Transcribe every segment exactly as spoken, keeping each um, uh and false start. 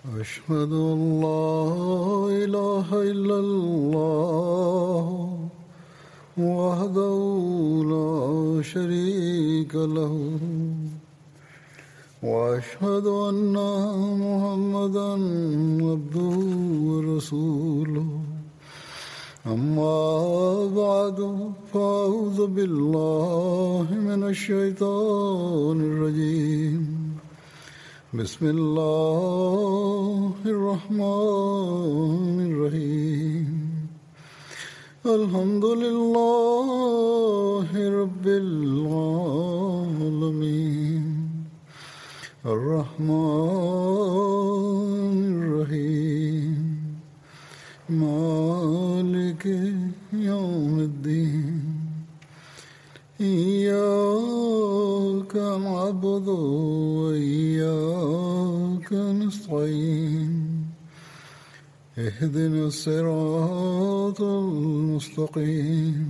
أشهد أن لا إله إلا الله وحده لا شريك له وأشهد أن محمدا عبده ورسوله أما بعد فأعوذ بالله من الشيطان الرجيم بسم الله الرحمن الرحيم الحمد لله رب العالمين الرحمن الرحيم مالك يوم الدين إياك نعبد وإياك نستعين اهدنا الصراط المستقيم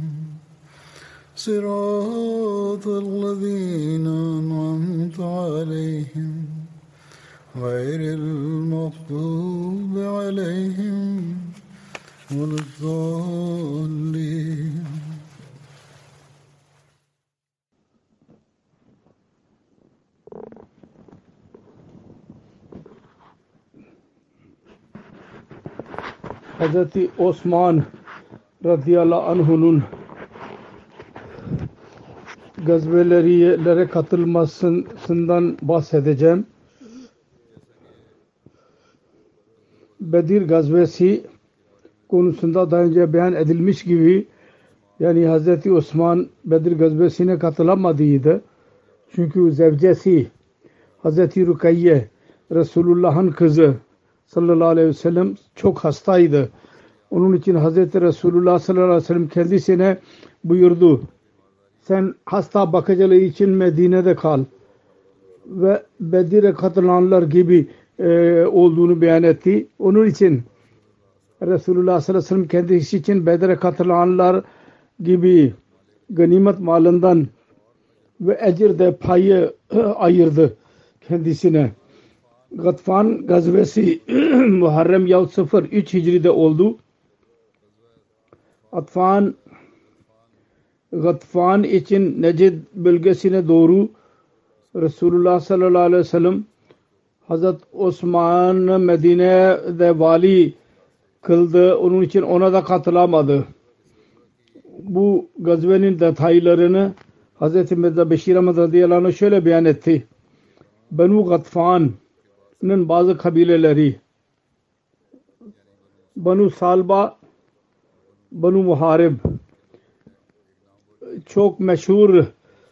صراط الذين أنعمت عليهم غير المغضوب عليهم ولا الضالين. Hazreti Osman radıyallahu anh'unun gazvelere katılmasından bahsedeceğim. Bedir gazvesi konusunda daha önce beyan edilmiş gibi, yani Hazreti Osman Bedir gazvesine katılamadıydı. Çünkü zevcesi Hazreti Rukayye, Resulullah'ın kızı sallallahu aleyhi ve sellem çok hastaydı. Onun için Hazreti Resulullah sallallahu aleyhi ve sellem kendisine buyurdu: sen hasta bakıcılığı için Medine'de kal. Ve Bedir'e katılanlar gibi e, olduğunu beyan etti. Onun için Resulullah sallallahu aleyhi ve sellem kendisi için Bedir'e katılanlar gibi ganimet malından ve ecir de payı ayırdı kendisine. Gatfan gazvesi Muharrem yahut sıfır üç Hicri'de oldu. Gatfan Gatfan için Necid bölgesine doğru Resulullah sallallahu aleyhi ve sellem Hazreti Osman'ı Medine'de vali kıldı. Onun için ona da katılamadı. Bu gazvenin detaylarını Hazreti Mirza Beşir Ahmed radıyallahu anh şöyle beyan etti. Benu Gatfan'ın bazı kabileleri Banu Salba, Banu Muharib çok meşhur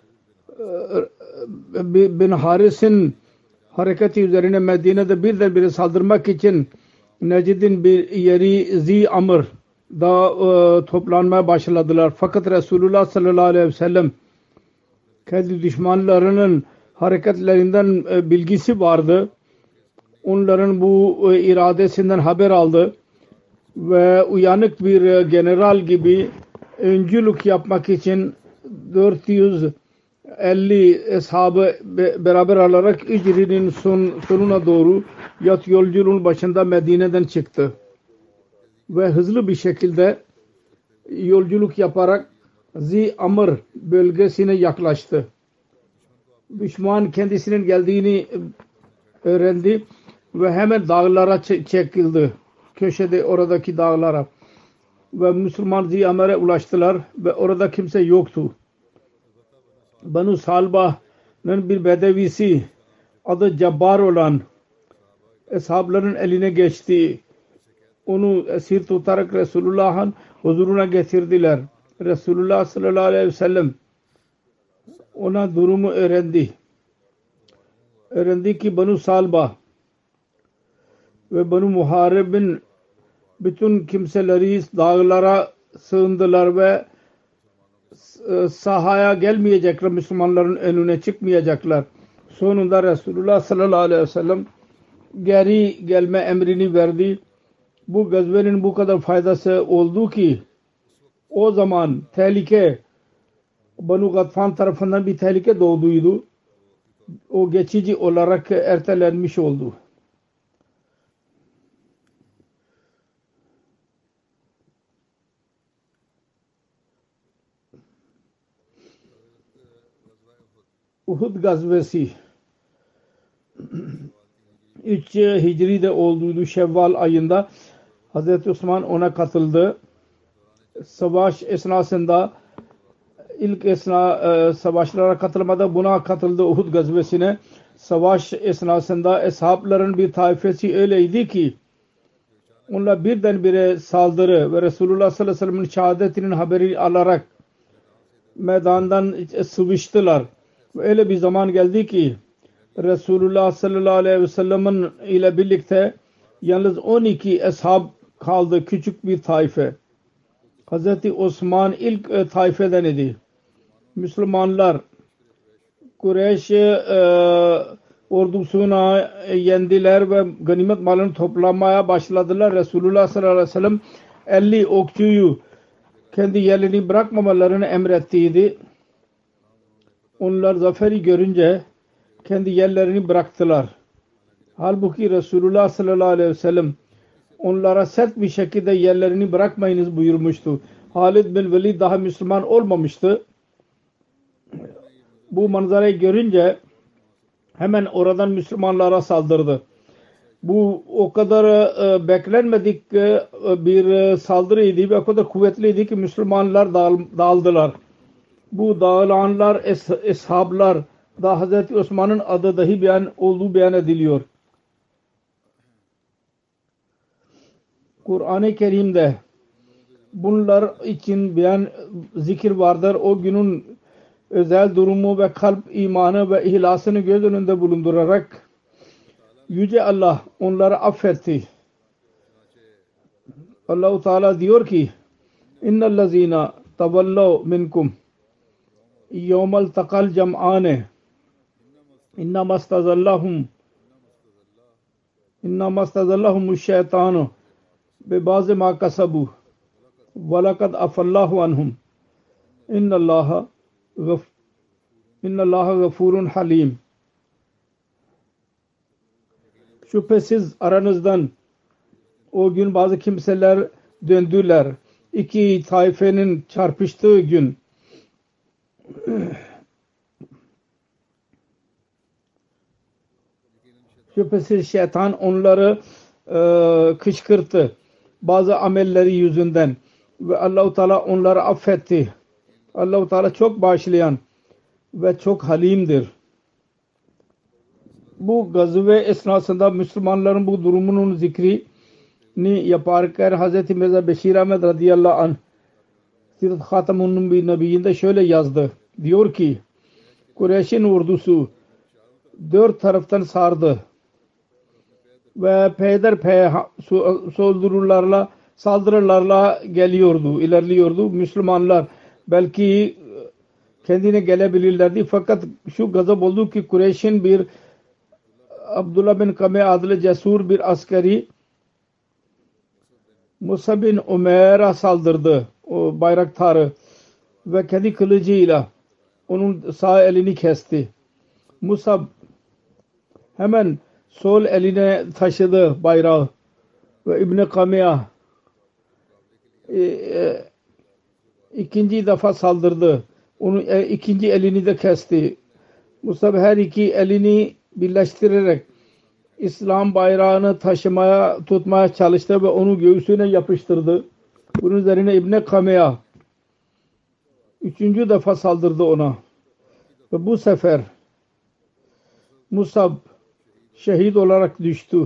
bin Haris'in hareketi üzerine Medine'de birdenbire saldırmak için Necid'in bir yeri Zi Amr'da e, toplanmaya başladılar. Fakat Resulullah sallallahu aleyhi ve sellem kendi düşmanlarının hareketlerinden e, bilgisi vardı. Onların bu e, iradesinden haber aldı ve uyanık bir e, general gibi öncülük yapmak için dört yüz elli ashabı beraber alarak Hicri'nin son, sonuna doğru yat yolculuğun başında Medine'den çıktı. Ve hızlı bir şekilde yolculuk yaparak Zi Amr bölgesine yaklaştı. Düşman kendisinin geldiğini öğrendi ve hemen dağlara çekildi. Köşede oradaki dağlara. Ve Müslüman Zi Amr'e ulaştılar ve orada kimse yoktu. Banu Salba'nın bir bedevisi adı Cabbar olan ashabların eline geçti. Onu esir tutarak Resulullah'ın huzuruna getirdiler. Resulullah sallallahu aleyhi ve sellem ona durumu öğrendi. Öğrendi ki Banu Salba ve Banu Muharib'in bütün kimseleri dağlara sığındılar ve sahaya gelmeyecekler, Müslümanların önüne çıkmayacaklar. Sonunda Resulullah sallallahu aleyhi ve sellem geri gelme emrini verdi. Bu gazvenin bu kadar faydası oldu ki o zaman tehlike Banu Gatfan tarafından bir tehlike doğduydu. O geçici olarak ertelenmiş oldu. Uhud gazvesi üç Hicri'de olduğu Şevval ayında Hazreti Osman ona katıldı. Savaş esnasında ilk esna e, savaşlara katılmadı. Buna katıldı Uhud gazvesine. Savaş esnasında eshabların bir taifesi öyleydi ki onlar birdenbire saldırı ve Resulullah sallallahu aleyhi ve sellem'in şehadetinin haberi alarak meydandan sıvıştılar. Ve öyle bir zaman geldi ki Resulullah sallallahu aleyhi ve sellem'in ile birlikte yalnız on iki ashab kaldı, küçük bir taife. Hazreti Osman ilk e, taifeden idi. Müslümanlar Kureyş e, ordusuna e, yendiler ve ganimet malını toplamaya başladılar. Resulullah sallallahu aleyhi ve sellem elli okçuyu kendi yerlerini bırakmamalarını emrettiydi. Onlar zaferi görünce kendi yerlerini bıraktılar. Halbuki Resulullah sallallahu aleyhi ve sellem onlara sert bir şekilde yerlerini bırakmayınız buyurmuştu. Halid bin Velid daha Müslüman olmamıştı. Bu manzarayı görünce hemen oradan Müslümanlara saldırdı. Bu o kadar e, beklenmedik e, bir e, saldırıydı ve o kadar kuvvetliydi ki Müslümanlar dağıl, dağıldılar. Bu dağılanlar, es, eshablar da Hazreti Osman'ın adı dahi beyan, olduğu beyan ediliyor. Kur'an-ı Kerim'de bunlar için beyan zikir vardır. O günün özel durumu ve kalp imanı ve ihlasını göz önünde bulundurarak Yüce Allah onları affetti. Allah-u Teala diyor ki İnnellezîne tavallav minkum yevmel takal cem'âne innamastazallahum innamastazallahumuş şeytanu be bazı ma kasabu velakad afallahu anhum innallaha gaf innallaha gafurun halim. Şüphesiz aranızdan o gün bazı kimseler döndüler. İki taifenin çarpıştığı gün. Şüphesiz şeytan onları e, kışkırttı. Bazı amelleri yüzünden. Ve Allah-u Teala onları affetti. Allah-u Teala çok bağışlayan ve çok halimdir. Bu gazve esnasında Müslümanların bu durumunun zikrini yaparken Hz. Mirza Beşir Ahmed radıyallahu anh Sirat Khatamun Nebiyinde şöyle yazdı. Diyor ki Kureyş'in ordusu dört taraftan sardı ve peyderpey saldırılarla saldırılarla geliyordu, ilerliyordu. Müslümanlar belki kendine gelebilirlerdi fakat şu gazap oldu ki Kureyş'in bir Abdullah bin Kame adlı cesur bir askeri Musa bin Umeyr'a saldırdı. O bayraktarı ve kendi kılıcıyla onun sağ elini kesti. Musa hemen sol eline taşıdı bayrağı ve İbn Kame'ye e, e, ikinci defa saldırdı. Onun e, ikinci elini de kesti. Musa her iki elini birleştirerek İslam bayrağını taşımaya, tutmaya çalıştı ve onu göğsüne yapıştırdı. Bunun üzerine İbn Kame'ye üçüncü defa saldırdı ona. Ve bu sefer Musab şehit olarak düştü.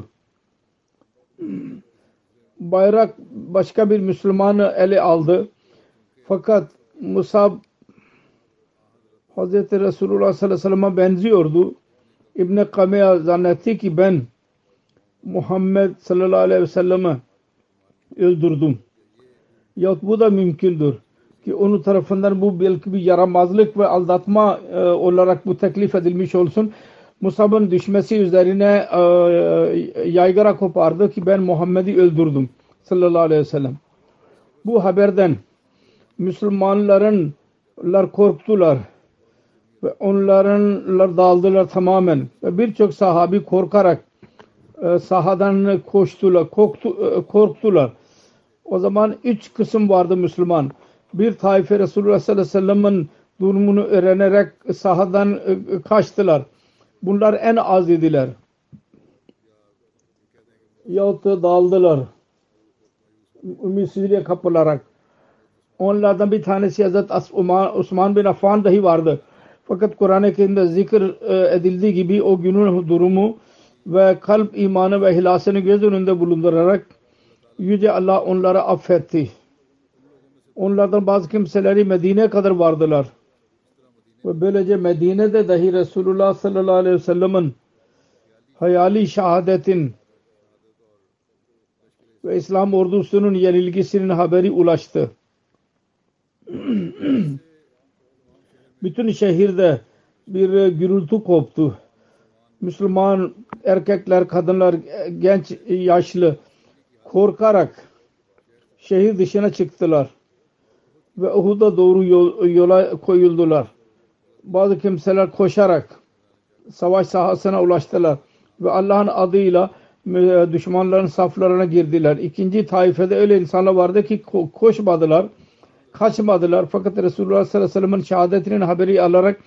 Bayrak başka bir Müslümanı ele aldı. Fakat Musab Hz. Resulullah sallallahu aleyhi ve sellem'e benziyordu. İbn Kame'ye zannetti ki ben Muhammed sallallahu aleyhi ve sellem'i öldürdüm. Yahut bu da mümkündür ki onun tarafından bu belki bir yaramazlık ve aldatma e, olarak bu teklif edilmiş olsun. Musab'ın düşmesi üzerine e, yaygara kopardı ki ben Muhammed'i öldürdüm sallallahu aleyhi ve sellem. Bu haberden Müslümanların korktular ve onların dağıldılar tamamen ve birçok sahabi korkarak e, sahadan koştular, korktu, e, korktular. O zaman üç kısım vardı Müslüman. Bir taife Resulullah sallallahu aleyhi ve sellem'in durumunu öğrenerek sahadan kaçtılar. Bunlar en az idiler. Yahut da dağıldılar. Ümitsizliğe kapılarak. Onlardan bir tanesi Hazreti Osman bin Affan dahi vardı. Fakat Kur'an-ı Kerim'de zikir edildiği gibi o günün durumu ve kalp imanı ve ihlasını göz önünde bulundurarak Yüce Allah onları affetti. Onlardan bazı kimseleri Medine'ye kadar vardılar. Ve böylece Medine'de dahi Resulullah sallallahu aleyhi ve sellem'in hayali şehadetin ve İslam ordusunun yenilgisinin haberi ulaştı. Bütün şehirde bir gürültü koptu. Müslüman erkekler, kadınlar, genç, yaşlı korkarak şehir dışına çıktılar ve Uhud'a doğru yol, yola koyuldular. Bazı kimseler koşarak savaş sahasına ulaştılar ve Allah'ın adıyla düşmanların saflarına girdiler. İkinci taifede öyle insanlar vardı ki koşmadılar, kaçmadılar. Fakat Resulullah sallallahu aleyhi ve sellem'in şehadetinin haberi alarak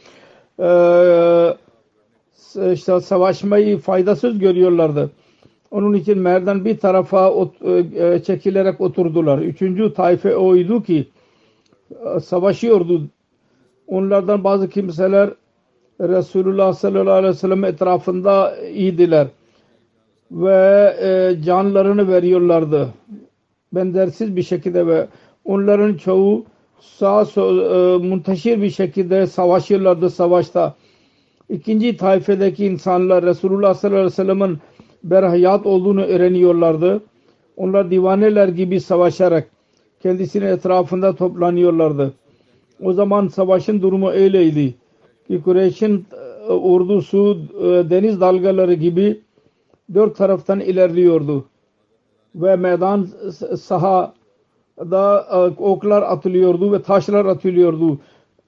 e, işte savaşmayı faydasız görüyorlardı. Onun için merdan bir tarafa ot, e, çekilerek oturdular. Üçüncü taife oydu ki e, savaşıyordu. Onlardan bazı kimseler Resulullah sallallahu aleyhi ve sellem etrafında iyiydiler ve e, canlarını veriyorlardı. Benzersiz bir şekilde ve onların çoğu sağ sol, e, munteşir bir şekilde savaşıyorlardı savaşta. İkinci taifedeki insanlar Resulullah sallallahu aleyhi ve sellem'in berhayat olduğunu öğreniyorlardı. Onlar divaneler gibi savaşarak kendisinin etrafında toplanıyorlardı. O zaman savaşın durumu öyleydi ki Kureyş'in ordusu deniz dalgaları gibi dört taraftan ilerliyordu. Ve meydan sahada oklar atılıyordu ve taşlar atılıyordu.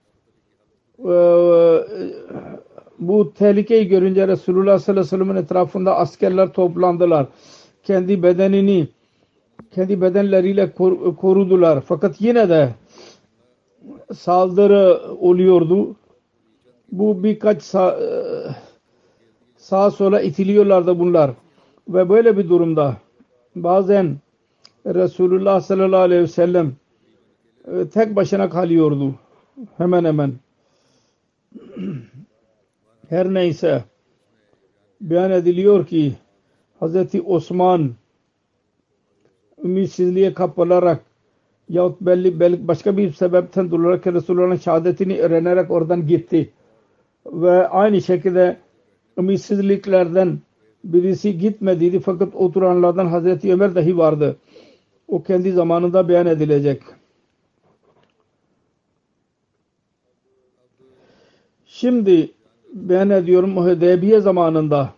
Bu tehlikeyi görünce Resulullah sallallahu aleyhi ve sellem'in etrafında askerler toplandılar. Kendi bedenini kendi bedenleriyle kor korudular. Fakat yine de saldırı oluyordu. Bu birkaç sağ, sağa sola itiliyorlardı bunlar. Ve böyle bir durumda bazen Resulullah sallallahu aleyhi ve sellem tek başına kalıyordu. Hemen hemen. Her neyse beyan ediliyor ki Hazreti Osman ümitsizliğe kapılarak yahut belli, belli başka bir sebepten dolayı Resulullah'ın şehadetini öğrenerek oradan gitti. Ve aynı şekilde ümitsizliklerden birisi gitmediydi fakat oturanlardan Hazreti Ömer dahi vardı. O kendi zamanında beyan edilecek. Şimdi beyan ediyorum Hudeybiye zamanında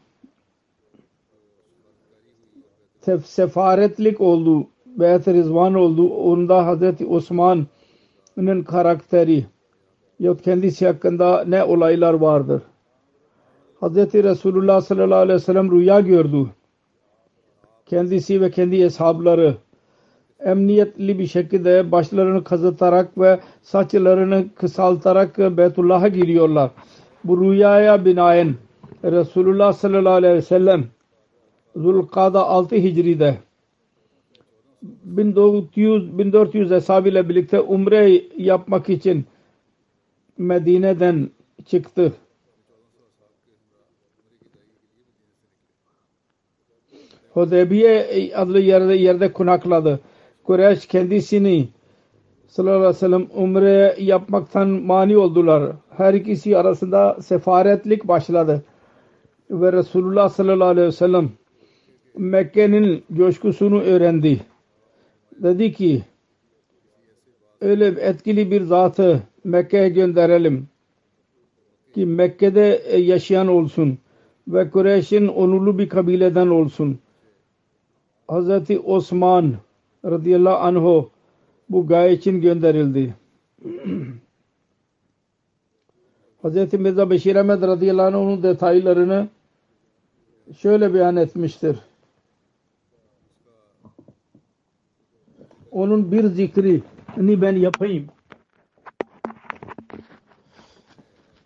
sefaretlik oldu, Beyat-ı Rizvan oldu. Onda Hazreti Osman'ın karakteri yahut kendisi hakkında ne olaylar vardır. Hazreti Resulullah sallallahu aleyhi ve sellem rüya gördü. Kendisi ve kendi eshabları emniyetli bir şekilde başlarını kazıtarak ve saçlarını kısaltarak Beytullah'a giriyorlar. Bu rüyaya binaen Resulullah sallallahu aleyhi ve sellem Zulkada altı Hicri'de bin dört yüz hesabıyla birlikte umre yapmak için Medine'den çıktı. Hudeybiye adlı yerde, yerde konakladı. Kureyş kendisini sallallahu aleyhi ve sellem umre yapmaktan mani oldular. Her ikisi arasında sefaretlik başladı. Ve Resulullah sallallahu aleyhi ve sellem Mekke'nin coşkusunu öğrendi. Dedi ki öyle etkili bir zatı Mekke'ye gönderelim ki Mekke'de yaşayan olsun ve Kureyş'in onurlu bir kabileden olsun. Hazreti Osman radıyallahu anh bu gaye için gönderildi. Hazreti Mirza Beşir Ahmed radıyallahu anh onun detaylarını şöyle beyan etmiştir. Onun bir zikrini ben yapayım.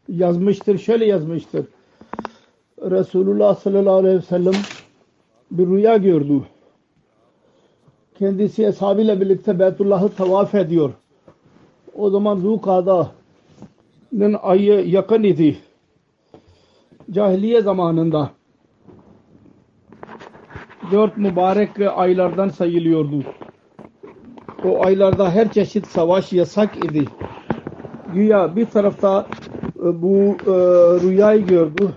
yazmıştır. Şöyle yazmıştır. Resulullah sallallahu aleyhi ve sellem bir rüya gördü. Kendisi ashabıyla birlikte Beytullah'ı tavaf ediyor. O zaman Zulkada'nın ayı yakın idi. Cahiliye zamanında dört mübarek aylardan sayılıyordu. O aylarda her çeşit savaş yasak idi. Güya bir tarafta bu e, rüyayı gördü.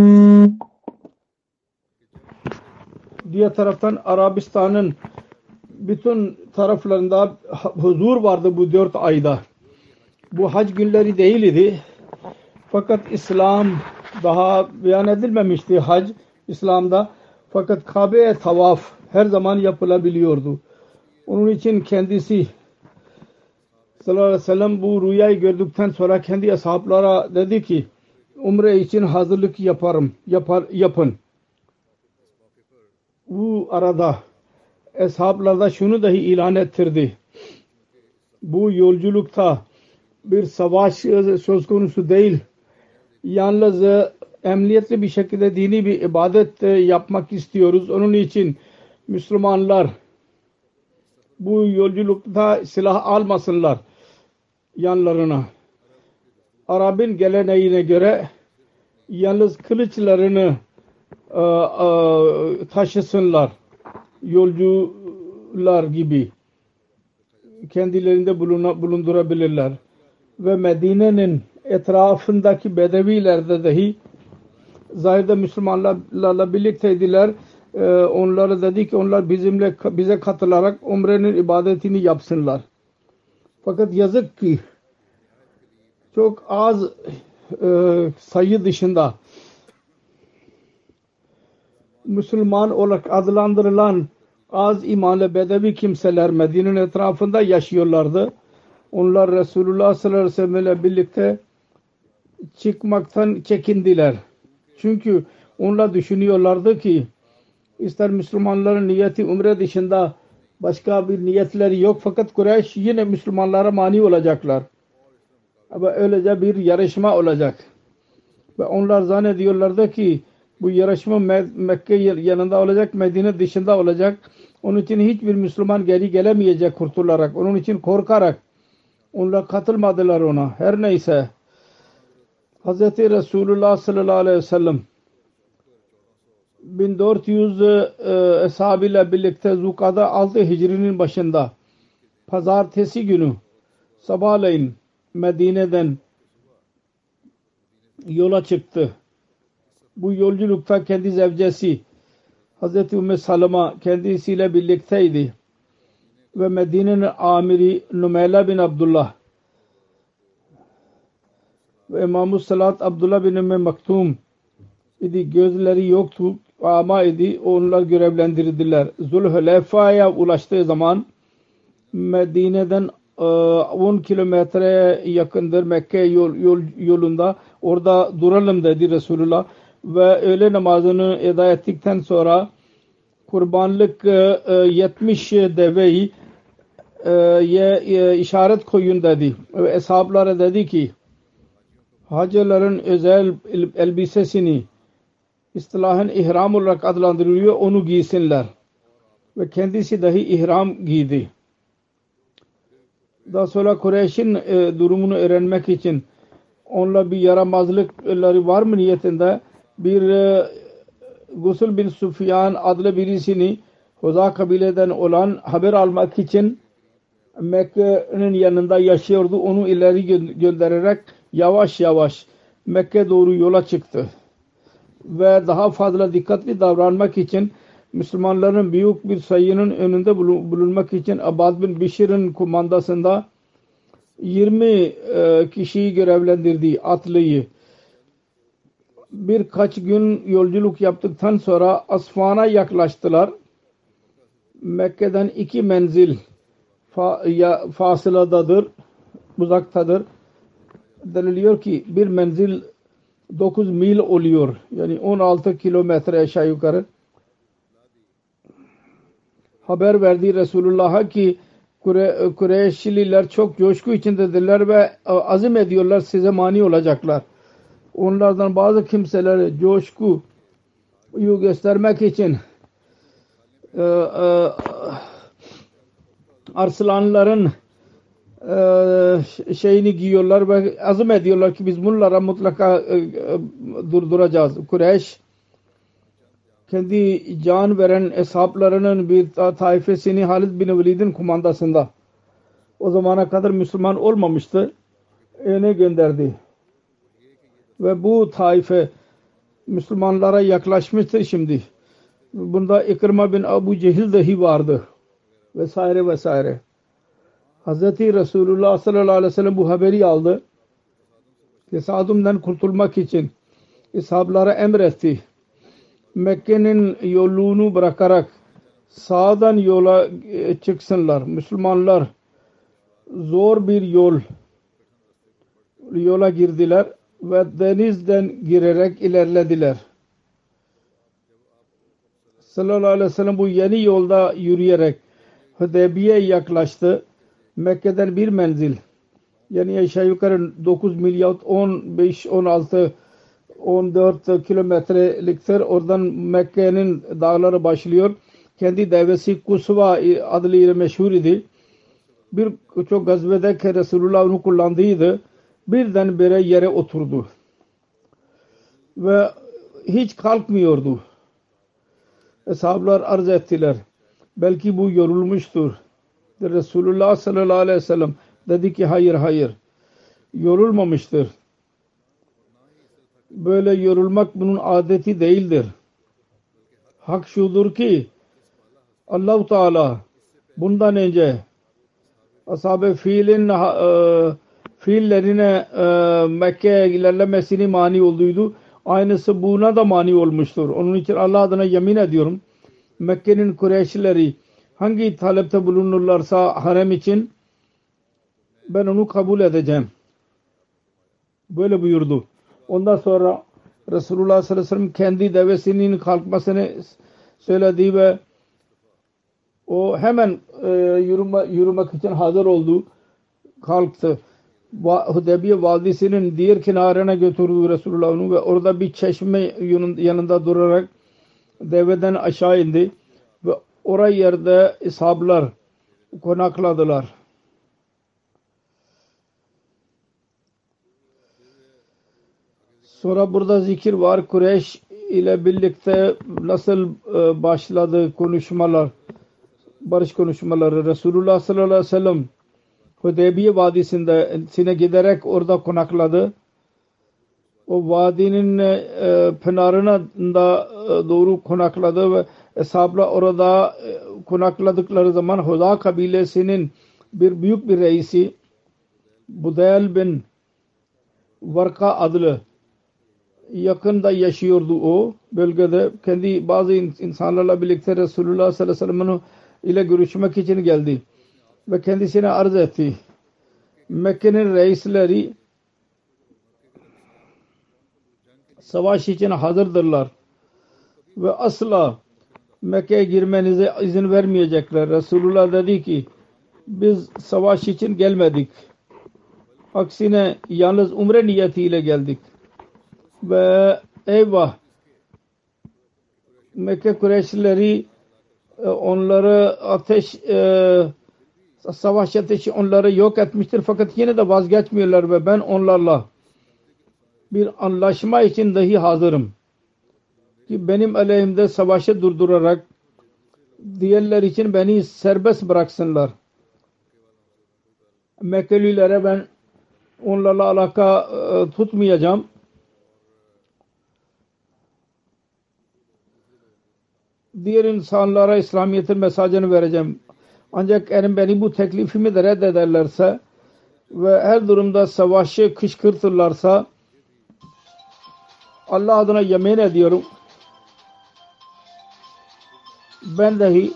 Diğer taraftan Arabistan'ın bütün taraflarında huzur vardı bu dört ayda. Bu hac günleri değil idi. Fakat İslam daha beyan edilmemişti hac İslam'da. Fakat Kabe'ye tavaf her zaman yapılabiliyordu. Onun için kendisi sallallahu aleyhi ve sellem bu rüyayı gördükten sonra kendi ashablara dedi ki umre için hazırlık yaparım, yapar, yapın. Bu arada ashablarda şunu dahi ilan ettirdi. Bu yolculukta bir savaş söz konusu değil. Yalnız emniyetli bir şekilde dini bir ibadet yapmak istiyoruz. Onun için Müslümanlar bu yolculukta silah almasınlar yanlarına. Arap'ın geleneğine göre yalnız kılıçlarını e, e, taşısınlar. Yolcular gibi kendilerinde bulundurabilirler. Ve Medine'nin etrafındaki bedevilerde dahi zahirde Müslümanlarla birlikteydiler. Ee, onlara dedi ki onlar bizimle bize katılarak umrenin ibadetini yapsınlar. Fakat yazık ki çok az e, sayı dışında Müslüman olarak adlandırılan az imanlı bedevi kimseler Medine'nin etrafında yaşıyorlardı. Onlar Resulullah sallallahu aleyhi ve sellem ile birlikte çıkmaktan çekindiler. Çünkü onlar düşünüyorlardı ki ister Müslümanların niyeti umre dışında başka bir niyetleri yok fakat Kureyş yine Müslümanlara mani olacaklar. Ama öylece bir yarışma olacak. Ve onlar zannediyorlardı ki bu yarışma Mekke yanında olacak, Medine dışında olacak. Onun için hiçbir Müslüman geri gelemeyecek kurtularak. Onun için korkarak onlar katılmadılar ona. Her neyse Hazreti Resulullah sallallahu aleyhi ve sellem bin dört yüz e, ashabıyla birlikte Zulkada altı Hicri'nin başında pazartesi günü sabahleyin Medine'den yola çıktı. Bu yolculukta kendi zevcesi Hazreti Ümmü Salama kendisiyle birlikteydi. Ve Medine'nin amiri Numeyla bin Abdullah ve İmam-ı Salat Abdullah bin Ümmü Maktum idi. Gözleri yoktu ama idi. Onlar görevlendirdiler. Zulhuleyfa'ya ulaştığı zaman Medine'den on kilometre yakındır Mekke yol, yol, yolunda. Orada duralım dedi Resulullah. Ve öğle namazını eda ettikten sonra kurbanlık yetmiş deveyi işaret koyun dedi. Ve ashablara dedi ki hacıların özel elbisesini istilahen ihram olarak adlandırılıyor, onu giysinler. Ve kendisi dahi ihram giydi. Daha sonra Kureyş'in e, durumunu öğrenmek için onunla bir yaramazlıkları var mı niyetinde bir e, Gusül bin Sufyan adlı birisini Huza kabileden olan haber almak için Mekke'nin yanında yaşıyordu. Onu ileri gö- göndererek yavaş yavaş Mekke doğru yola çıktı. Ve daha fazla dikkatli davranmak için Müslümanların büyük bir sayının önünde bulunmak için Abad bin Bişir'in kumandasında yirmi e, kişiyi görevlendirdi, atlıyı. Birkaç gün yolculuk yaptıktan sonra Asfan'a yaklaştılar. Mekke'den iki menzil fa ya, fasıladadır, uzaktadır. Deniliyor ki bir menzil dokuz mil oluyor. Yani on altı kilometre aşağı yukarı. Haber verdi Resulullah'a ki Kure, Kureyşliler çok coşku içindedirler ve azim ediyorlar size mani olacaklar. onlardan bazı kimseler coşkuyu göstermek için e, e, arslanların e, şeyini giyiyorlar ve azim ediyorlar ki biz bunlara mutlaka e, e, durduracağız. Kureyş kendi can veren hesaplarının bir ta taifesini Halid bin Velid'in kumandasında o zamana kadar Müslüman olmamıştı. Öne gönderdi. Ve bu taife Müslümanlara yaklaşmıştır şimdi. Bunda İkrima bin Abu Cehil dahi vardı. Vesaire vesaire. Hazreti Resulullah sallallahu aleyhi ve sellem bu haberi aldı. Tesadümden kurtulmak için ishablara emretti. Mekke'nin yolunu bırakarak sağdan yola çıksınlar. Müslümanlar zor bir yol yola girdiler ve denizden girerek ilerlediler. Sallallahu aleyhi ve sellem bu yeni yolda yürüyerek Hudeybiye'ye yaklaştı. Mekke'den bir menzil yani aşağı yukarı dokuz mil yahut on beş on altı on dört kilometreliktir. Oradan Mekke'nin dağları başlıyor. Kendi devesi Kusva adıyla meşhur idi. Bir çok gazvede Resulullah onu kullandıydı. Birdenbire yere oturdu. Ve hiç kalkmıyordu. Eshablar arz ettiler. Belki bu yorulmuştur. Resulullah sallallahu aleyhi ve sellem dedi ki hayır hayır. Yorulmamıştır. Böyle yorulmak bunun adeti değildir. Hak şudur ki Allah-u Teala bundan önce ashab-ı fiilin e, fiillerine e, Mekke'ye ilerlemesini mani olduydu. Aynısı buna da mani olmuştur. Onun için Allah adına yemin ediyorum. Mekke'nin Kureyşlileri hangi talepte bulunurlarsa harem için ben onu kabul edeceğim. Böyle buyurdu. Ondan sonra Resulullah sallallahu aleyhi ve sellem kendi devesinin kalkmasını söyledi ve o hemen e, yürüme, yürümek için hazır oldu. Kalktı. Hudeybiye Vadisi'nin diğer kenarına götürdü Resulullah onu ve orada bir çeşme yanında durarak deveden aşağı indi ve oraya yerde ishablar konakladılar. Sonra burada zikir var. Kureyş ile birlikte nasıl başladı konuşmalar, barış konuşmaları. Resulullah sallallahu aleyhi ve sellem Hudeybiye Vadisi'nde sine giderek orada konakladı. O vadinin e, pınarına da e, doğru konakladı ve eshabla orada e, konakladıkları zaman Huda kabilesinin bir büyük bir reisi Budayl bin Varka adlı yakında yaşıyordu o bölgede. Kendi bazı insanlarla birlikte Resulullah sallallahu aleyhi ve sellem ile görüşmek için geldi ve kendisine arz etti. Mekke'nin reisleri savaş için hazırdırlar ve asla Mekke'ye girmenize izin vermeyecekler. Resulullah dedi ki biz savaş için gelmedik. Aksine yalnız umre niyetiyle geldik. Ve eyvah Mekke Kureyşlileri onları ateş e, savaş ateşi onları yok etmiştir fakat yine de vazgeçmiyorlar ve ben onlarla bir anlaşma için dahi hazırım ki benim aleyhimde savaşı durdurarak diğerler için beni serbest bıraksınlar. Mekkelilere ben onlarla alaka e, tutmayacağım. Diğer insanlara İslamiyet'in mesajını vereceğim. Ancak eğer beni bu teklifimi de reddederlerse ve her durumda savaşı kışkırtırlarsa Allah adına yemin ediyorum ben dahi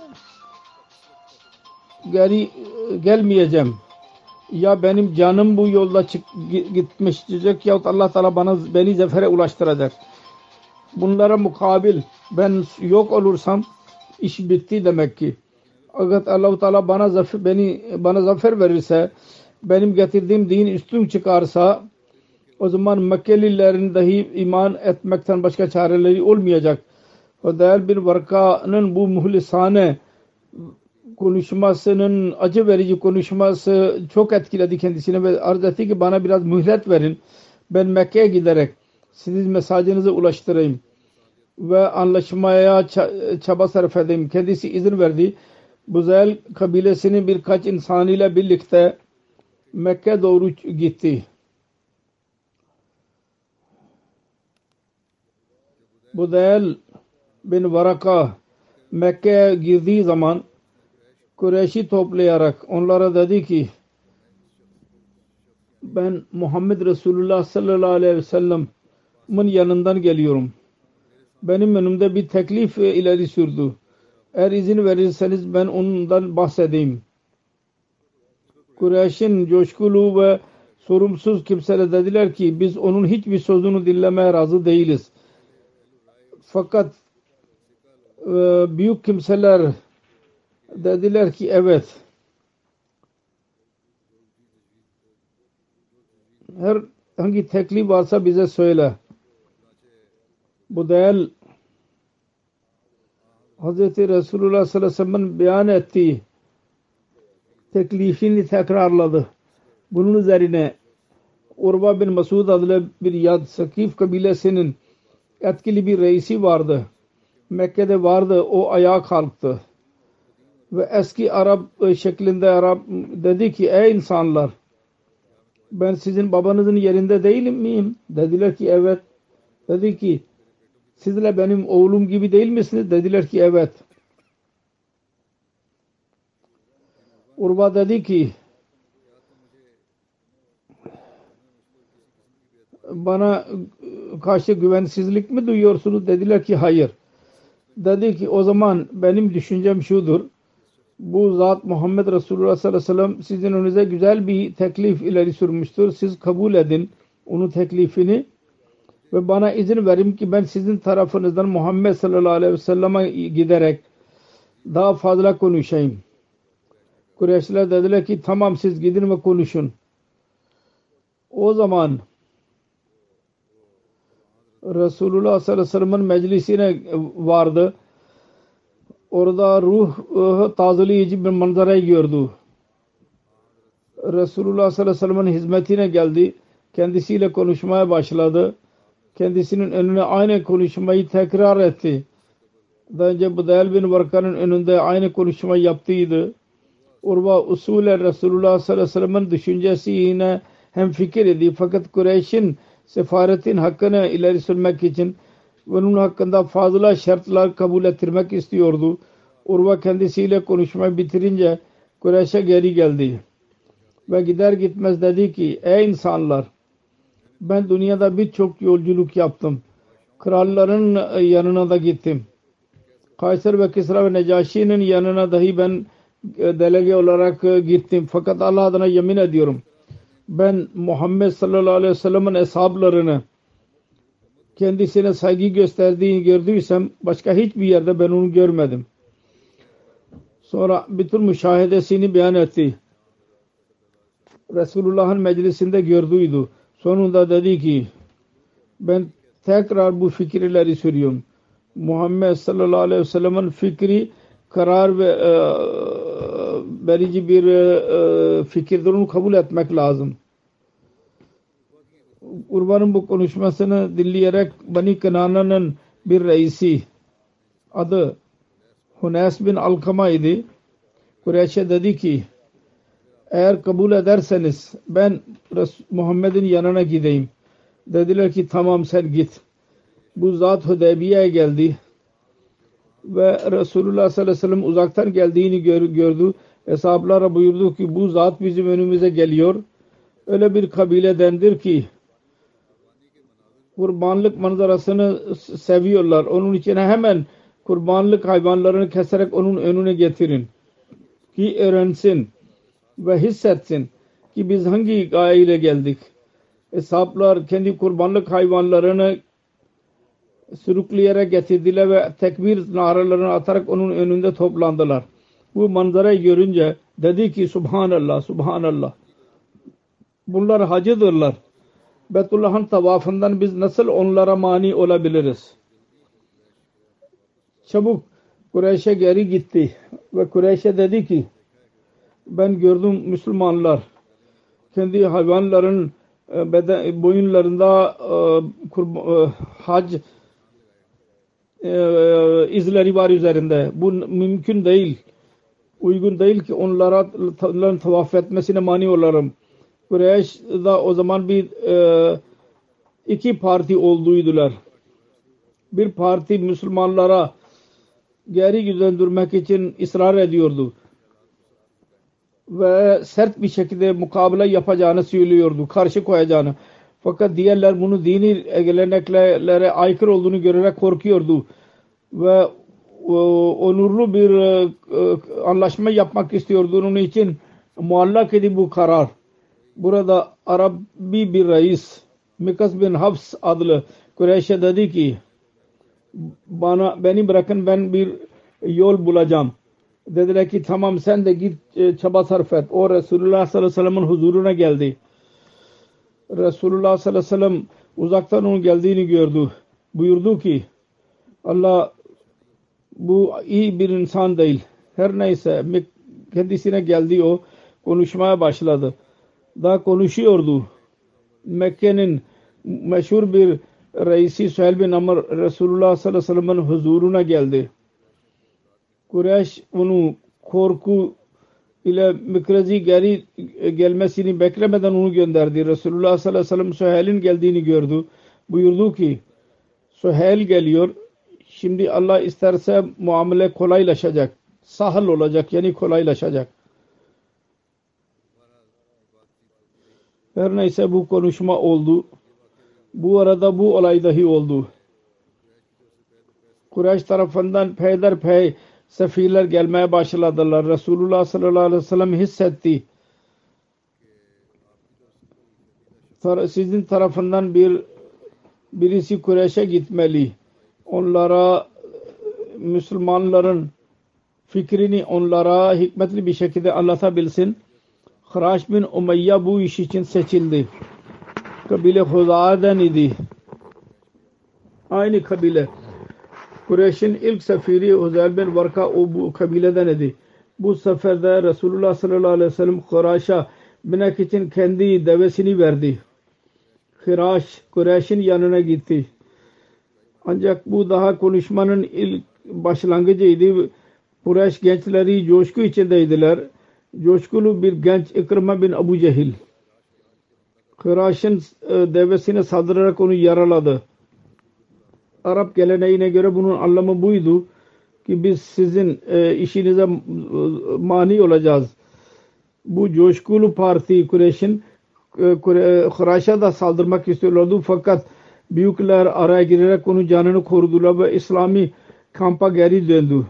geri gelmeyeceğim. Ya benim canım bu yolda çık, gitmiş diyecek yahut Allah Teala bana beni zafere ulaştıracak. Bunlara mukabil ben yok olursam iş bitti demek ki. Eğer Allah Teala bana zafer beni bana zafer verirse benim getirdiğim din üstün çıkarsa O zaman Mekkelilerin dahi iman etmekten başka çareleri olmayacak. Hudayl bin Varka'nın bu muhlisane konuşmasının, acı verici konuşması çok etkiledi kendisine ve arz etti ki bana biraz mühlet verin. Ben Mekke'ye giderek sizin mesajınızı ulaştırayım ve anlaşmaya çaba sarf edeyim. Kendisi izin verdi. Hudayl kabilesinin birkaç insanıyla birlikte Mekke doğru gitti. Hudayl bin Varaka Mekke'ye girdiği zaman Kureyş'i toplayarak onlara dedi ki ben Muhammed Resulullah sallallahu aleyhi ve sellem'in yanından geliyorum. Benim önümde bir teklif ileri sürdü. Eğer izin verirseniz ben ondan bahsedeyim. Kureyş'in coşkulu ve sorumsuz kimseler dediler ki biz onun hiçbir sözünü dinlemeye razı değiliz. Fakat e, büyük kimseler dediler ki evet. Her hangi teklif varsa bize söyle. Hudayl Hazreti Resulullah sallallahu aleyhi ve sellem'in beyan ettiği teklifini tekrarladı. Bunun üzerine Urva bin Masud adlı bir Yad Sakif kabilesinin etkili bir reisi vardı. Mekke'de vardı. O ayağa kalktı. Ve eski Arap şeklinde Arap dedi ki ey insanlar ben sizin babanızın yerinde değilim miyim? Dediler ki evet. Dedi ki sizle benim oğlum gibi değil misiniz? Dediler ki evet. Urva dedi ki bana karşı güvensizlik mi duyuyorsunuz? Dediler ki hayır. Dedi ki o zaman benim düşüncem şudur. Bu zat Muhammed Resulullah sallallahu aleyhi ve sellem sizin önünüze güzel bir teklif ileri sürmüştür. Siz kabul edin onun teklifini ve bana izin verin ki ben sizin tarafınızdan Muhammed sallallahu aleyhi ve sellem'e giderek daha fazla konuşayım. Kureyşliler dediler ki tamam siz gidin ve konuşun. O zaman Resulullah sallallahu aleyhi ve sellem'in meclisine vardı. Orada ruh tazeleyici bir manzarayı gördü. Resulullah sallallahu aleyhi ve sellem'in hizmetine geldi. Kendisiyle konuşmaya başladı. Kendisinin önüne aynı konuşmayı tekrar etti. Daha önce Hudayl bin Varka'nın önünde aynı konuşmayı yaptıydı. Urva usulen Resulullah sallallahu aleyhi ve sellem'in düşüncesine hem fikir idi. Fakat Kureyş'in sefaretin hakkını ileri sürmek için bunun hakkında fazla şartlar kabul ettirmek istiyordu. Urva kendisiyle konuşmayı bitirince Kureyş'e geri geldi. Ve gider gitmez dedi ki ey insanlar ben dünyada birçok yolculuk yaptım. Kralların yanına da gittim. Kayser ve Kisra ve Necaşi'nin yanına dahi ben delege olarak gittim. Fakat Allah adına yemin ediyorum. Ben Muhammed sallallahu aleyhi ve sellem'in eshablarını kendisine saygı gösterdiğini gördüysem başka hiçbir yerde ben onu görmedim. Sonra bütün müşahedesini beyan etti. Resulullah'ın meclisinde gördüydü. Sonunda dedi ki ben tekrar bu fikirleri sürüyorum. Muhammed sallallahu aleyhi ve sellem'in fikri karar ve e, verici bir e, fikirdir. Onu kabul etmek lazım. Urvan'ın bu konuşmasını dinleyerek Bani Kenana'nın bir reisi adı Hunays bin Alkama idi. Kureyş'e dedi ki eğer kabul ederseniz ben Muhammed'in yanına gideyim. Dediler ki tamam sen git. Bu zat Hudeybiye'ye geldi ve Resulullah sallallahu aleyhi ve sellem uzaktan geldiğini gör, gördü. Hesaplara buyurdu ki bu zat bizim önümüze geliyor. Öyle bir kabiledendir ki kurbanlık manzarasını seviyorlar. Onun için hemen kurbanlık hayvanlarını keserek onun önüne getirin ki öğrensin ve hissetsin ki biz hangi gayeyle geldik. Hesaplar kendi kurbanlık hayvanlarını sürükleyerek getirdiler ve tekbir naralarını atarak onun önünde toplandılar. Bu manzarayı görünce dedi ki Subhanallah, Subhanallah. Bunlar hacıdırlar. Beytullah'ın tavafından biz nasıl onlara mani olabiliriz? Çabuk Kureyş'e geri gitti ve Kureyş'e dedi ki ben gördüm Müslümanlar kendi hayvanların beden, boyunlarında kurban, hac izleri var üzerinde. Bu mümkün değil. Uygun değil ki onlara onların tavaf etmesine mani olalım. Kureyş'da o zaman bir iki parti olduydular. Bir parti Müslümanlara geri döndürmek için ısrar ediyordu. Ve sert bir şekilde mukabele yapacağını söylüyordu. Karşı koyacağını. Fakat diğerler bunu dini geleneklere aykırı olduğunu görerek korkuyordu. Ve onurlu bir anlaşma yapmak istiyordu. Onun için muallak idi bu karar. Burada Arabi bir reis Mikas bin Hafs adlı Kureyş'e dedi ki bana beni bırakın ben bir yol bulacağım. Dediler ki tamam sen de git çaba sarf et. O Resulullah sallallahu aleyhi ve sellem'in huzuruna geldi. Resulullah sallallahu aleyhi ve sellem uzaktan onun geldiğini gördü. Buyurdu ki Allah bu iyi bir insan değil. Her neyse kendisine geldi o konuşmaya başladı. Daha konuşuyordu. Mekke'nin meşhur bir reisi Süheyl bin Amr Resulullah sallallahu aleyhi ve sellem'in huzuruna geldi. Kureyş onu korku ile mikrazi geri gelmesini beklemeden onu gönderdi. Resulullah sallallahu aleyhi ve sellem Süheyl'in geldiğini gördü. Buyurdu ki Süheyl geliyor. Şimdi Allah isterse muamele kolaylaşacak. Sahil olacak yani kolaylaşacak. Her neyse bu konuşma oldu. Bu arada bu olay dahi oldu. Kureyş tarafından peyderpey sefirler gelmeye başladılar. Resulullah sallallahu aleyhi ve sellem hissetti. Sizin tarafından bir birisi Kureyş'e gitmeli. Onlara Müslümanların fikrini onlara hikmetli bir şekilde anlatabilsin. Haraş bin Umayya bu iş için seçildi. Kabile Huza'dan idi. Aynı kabile. Kureyş'in ilk sefiri Huzeyl bin Varka o bu kabileden idi. Bu seferde Resulullah sallallahu aleyhi ve sellem Hiraş'a binek için kendi devesini verdi. Hiraş Kureyş'in yanına gitti. Ancak bu daha konuşmanın ilk başlangıcıydı. Kureyş gençleri coşku içindeydiler. Coşkulu bir genç İkrime bin Abu Cehil Hiraş'ın devesine saldırarak onu yaraladı. Arap geleneğine göre bunun anlamı buydu ki biz sizin e, işinize mani olacağız. Bu coşkulu parti Kureyş'in e, Hiraş'a da saldırmak istiyorlardı fakat büyükler araya girerek onun canını korudular ve İslami kampa geri döndü.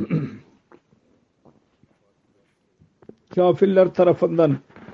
Kafirler tarafından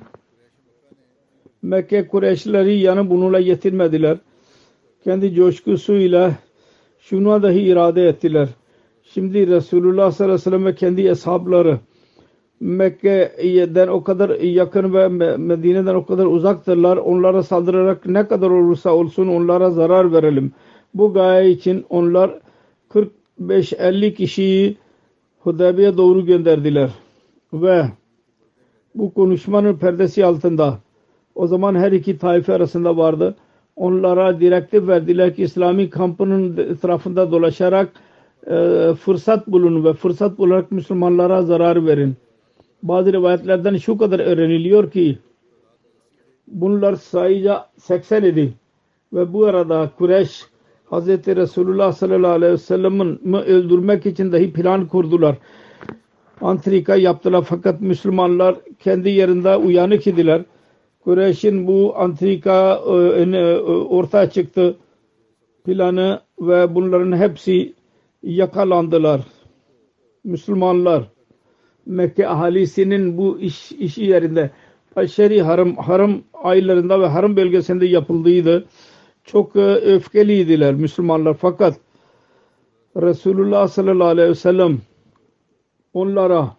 Mekke Kureyşlileri yanı bununla yetinmediler. Kendi coşkusuyla şuna dahi irade ettiler. Şimdi Resulullah sallallahu aleyhi ve sellem ve kendi ashabları Mekke'den o kadar yakın ve Medine'den o kadar uzaktırlar. Onlara saldırarak ne kadar olursa olsun onlara zarar verelim. Bu gaye için onlar kırk beş elli kişiyi Hudeybiye doğru gönderdiler. Ve bu konuşmanın perdesi altında o zaman her iki taife arasında vardı. Onlara direktif verdiler ki İslami kampının etrafında dolaşarak e, fırsat bulun ve fırsat bularak Müslümanlara zarar verin. Bazı rivayetlerden şu kadar öğreniliyor ki bunlar sayıca seksen idi ve bu arada Kureyş Hazreti Resulullah sallallahu aleyhi ve sellem'i öldürmek için dahi plan kurdular. Antrika yaptılar fakat Müslümanlar kendi yerinde uyanık idiler. Kureyş'in bu antrika ortaya çıktı planı ve bunların hepsi yakalandılar. Müslümanlar Mekke ahalisinin bu iş, işi yerinde aşeri haram, haram aylarında ve haram bölgesinde yapıldıydı. Çok öfkeliydiler Müslümanlar fakat Resulullah sallallahu aleyhi ve sellem onlara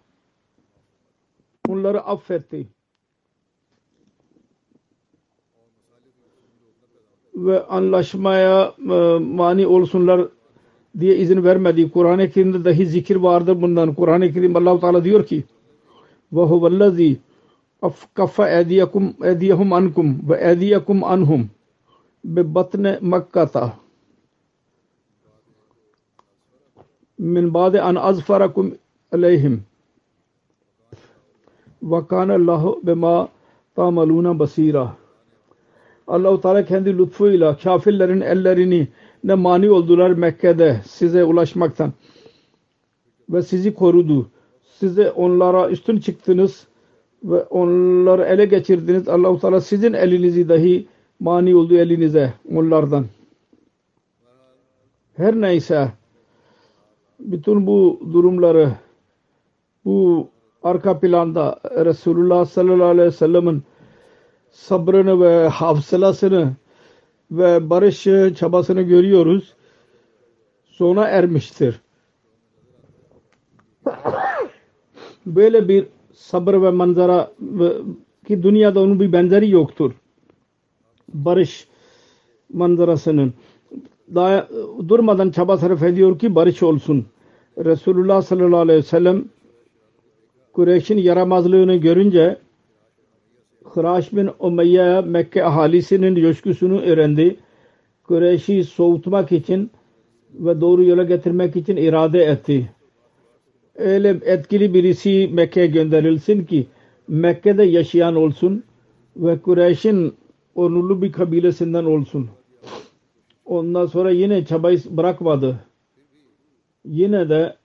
onları affetti. ve anlaşmaya e, mani olsunlar diye izin vermedi. Kur'an-ı Kerim'de dahi zikir vardır bundan. Kur'an-ı Kerim Allah-u Teala diyor ki وَهُوَ الَّذ۪ي أَفْكَفَ اَيْدِيَكُمْ اَيْدِيَهُمْ عَنْكُمْ وَاَيْدِيَكُمْ عَنْهُمْ بِبَطْنِ مَكَّةَ مِنْ بَعْدِ أَنْ أَظْفَرَكُمْ عَلَيْهِمْ وَكَانَ اللّٰهُ بِمَا تَعْمَلُونَ بَصِيرًا. Allah-u Teala kendi lütfuyla kafirlerin ellerini ne mani oldular Mekke'de size ulaşmaktan ve sizi korudu. Size onlara üstün çıktınız ve onları ele geçirdiniz. Allah-u Teala sizin elinizi dahi mani oldu elinize onlardan. Her neyse bütün bu durumları bu arka planda Resulullah sallallahu aleyhi ve sellem'in sabrını ve hafsalasını ve barış çabasını görüyoruz. Sona ermiştir. Böyle bir sabır ve manzara ki dünyada onun bir benzeri yoktur. Barış manzarasının daha durmadan çaba sarf ediyor ki barış olsun. Resulullah sallallahu aleyhi ve sellem Kureyş'in yaramazlığını görünce Hıraş bin Umayya Mekke ahalisinin coşkusunu öğrendi. Kureyş'i soğutmak için ve doğru yola getirmek için irade etti. Öyle etkili birisi Mekke'ye gönderilsin ki Mekke'de yaşayan olsun ve Kureyş'in onurlu bir kabilesinden olsun. Ondan sonra yine çabayı bırakmadı. Yine de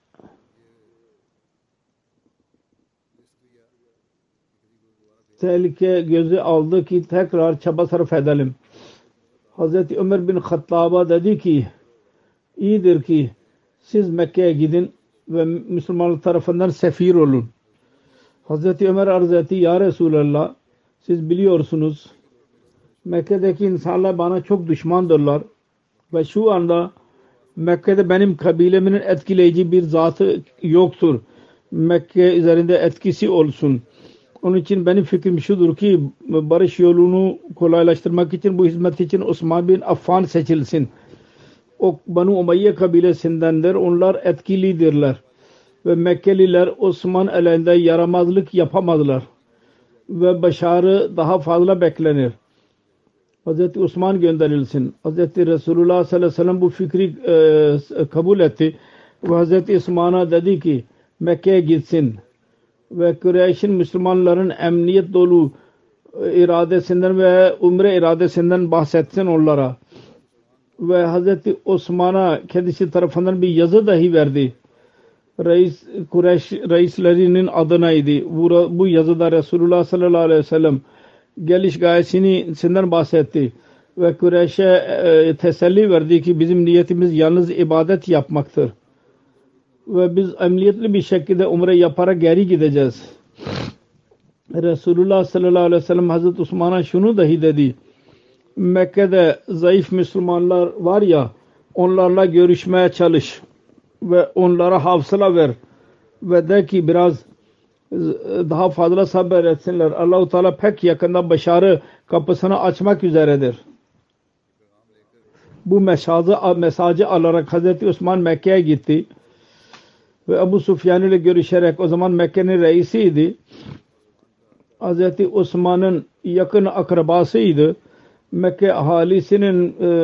tehlike gözü aldı ki tekrar çaba sarf edelim. Hazreti Ömer bin Hattab'a dedi ki iyidir ki siz Mekke'ye gidin ve Müslümanlar tarafından sefir olun. Hazreti Ömer arz etti ya Resulallah siz biliyorsunuz Mekke'deki insanlar bana çok düşmandırlar ve şu anda Mekke'de benim kabilemin etkileyici bir zatı yoktur. Mekke üzerinde etkisi olsun. Onun için benim fikrim şudur ki barış yolunu kolaylaştırmak için bu hizmet için Osman bin Affan seçilsin. O Banu Umayye kabilesindendir. Onlar etkilidirler. Ve Mekkeliler Osman elinde yaramazlık yapamazlar. Ve başarı daha fazla beklenir. Hazreti Osman gönderilsin. Hazreti Resulullah sallallahu aleyhi ve sellem bu fikri e, kabul etti. Ve Hazreti Osman'a dedi ki Mekke'ye gitsin. Ve Kureyş'in Müslümanların emniyet dolu iradesinden ve umre iradesinden bahsetsin onlara. Ve Hazreti Osman'a kendisi tarafından bir yazı dahi verdi. Reis, Kureyş reislerinin adınaydı. Bu, bu yazıda Resulullah sallallahu aleyhi ve sellem geliş gayesinden bahsetti. Ve Kureyş'e e, teselli verdi ki bizim niyetimiz yalnız ibadet yapmaktır. Ve biz emniyetli bir şekilde umre yaparak geri gideceğiz. Resulullah sallallahu aleyhi ve sellem Hazreti Osman'a şunu dahi dedi. Mekke'de zayıf Müslümanlar var ya onlarla görüşmeye çalış ve onlara hafsala ver ve de ki biraz daha fazla sabır etsinler. Allah-u Teala pek yakında başarı kapısını açmak üzeredir. Bu mesajı, mesajı alarak Hazreti Osman Mekke'ye gitti ve Ebu Sufyan ile görüşerek o zaman Mekke'nin reisiydi. Hazreti Osman'ın yakın akrabasıydı. Mekke ahalisinin e,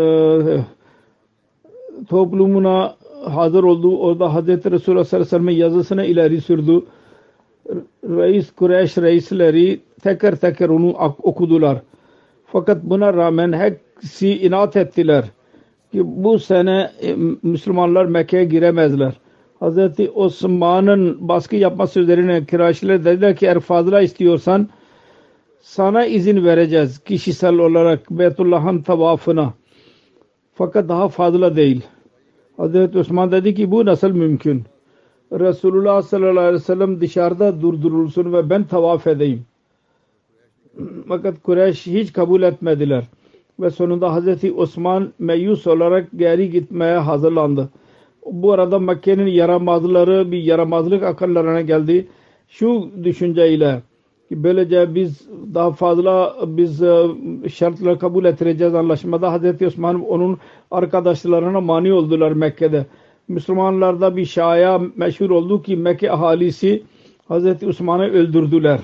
toplumuna hazır olduğu orada Hazreti Resulullah sallallahu aleyhi ve sellem'in yazısını ileri sürdü. Reis Kureyş reisleri teker teker onu okudular. Fakat buna rağmen hepsi inat ettiler ki bu sene Müslümanlar Mekke'ye giremezler. Hazreti Osman'ın baskı yapması üzerine Kureyşliler dediler ki eğer fazla istiyorsan sana izin vereceğiz kişisel olarak Beytullah'ın tavafına. Fakat daha fazla değil. Hazreti Osman dedi ki bu nasıl mümkün? Resulullah sallallahu aleyhi ve sellem dışarıda durdurulsun ve ben tavaf edeyim. Fakat Kureyş hiç kabul etmediler. Ve sonunda Hazreti Osman meyus olarak geri gitmeye hazırlandı. Bu arada Mekke'nin yaramazları bir yaramazlık akıllarına geldi. Şu düşünceyle ki böylece biz daha fazla biz şartları kabul ettireceğiz anlaşmada. Hazreti Osman onun arkadaşlarına mani oldular Mekke'de. Müslümanlarda bir şaya meşhur oldu ki Mekke ahalisi Hazreti Osman'ı öldürdüler.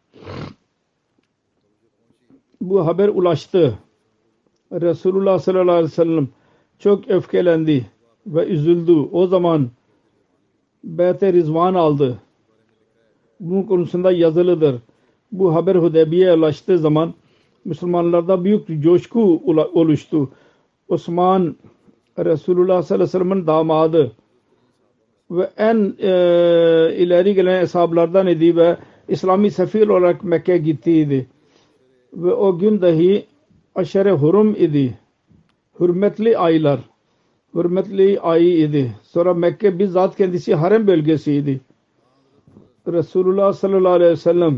Bu haber ulaştı. Resulullah sallallahu aleyhi ve sellem çok öfkelendi ve üzüldü. O zaman Beyt-i Rizvan aldı. Bunun konusunda yazılıdır. Bu haber Hudeybiye'ye ulaştığı zaman Müslümanlarda büyük bir coşku oluştu. Osman Resulullah sallallahu aleyhi ve sellem'in damadı ve en e, ileri gelen ashablardan idi ve İslami sefir olarak Mekke'ye gittiydi. Ve o gün dahi aşere hurum idi. Hürmetli aylar. Hürmetli ay idi. Sonra Mekke bizzat kendisi harem bölgesiydi. Resulullah sallallahu aleyhi ve sellem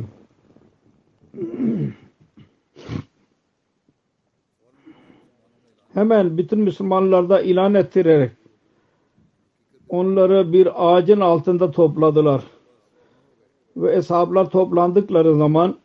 hemen bütün Müslümanlarda ilan ettirerek onları bir ağacın altında topladılar. Ve ashablar toplandıkları zaman